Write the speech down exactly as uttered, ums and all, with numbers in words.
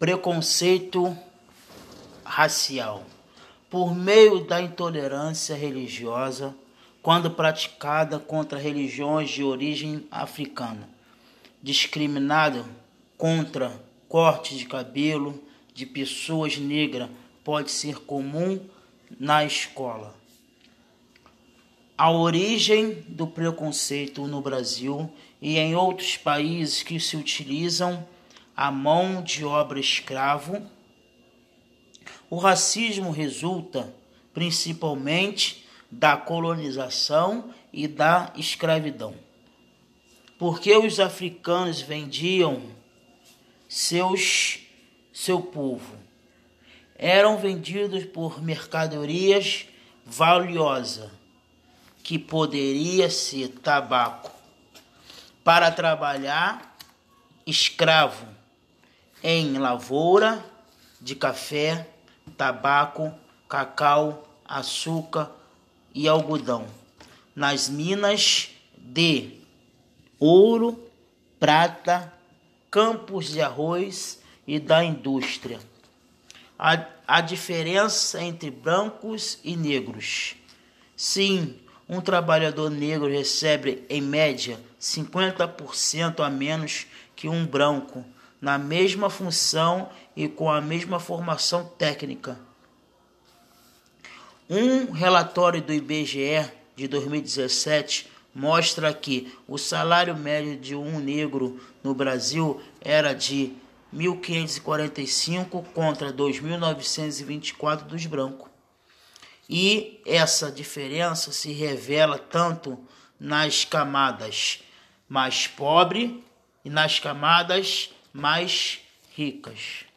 Preconceito racial. Por meio da intolerância religiosa, quando praticada contra religiões de origem africana, discriminado contra corte de cabelo de pessoas negras pode ser comum na escola. A origem do preconceito no Brasil e em outros países que se utilizam a mão de obra escravo. O racismo resulta principalmente da colonização e da escravidão, porque os africanos vendiam seus, seu povo. Eram vendidos por mercadorias valiosas, que poderia ser tabaco, para trabalhar escravo em lavoura de café, tabaco, cacau, açúcar e algodão, nas minas de ouro, prata, campos de arroz e da indústria. A, a diferença entre brancos e negros. Sim, um trabalhador negro recebe, em média, cinquenta por cento a menos que um branco, na mesma função e com a mesma formação técnica. Um relatório do I B G E de dois mil e dezessete mostra que o salário médio de um negro no Brasil era de mil quinhentos e quarenta e cinco contra dois mil novecentos e vinte e quatro dos brancos. E essa diferença se revela tanto nas camadas mais pobres e nas camadas mais ricas.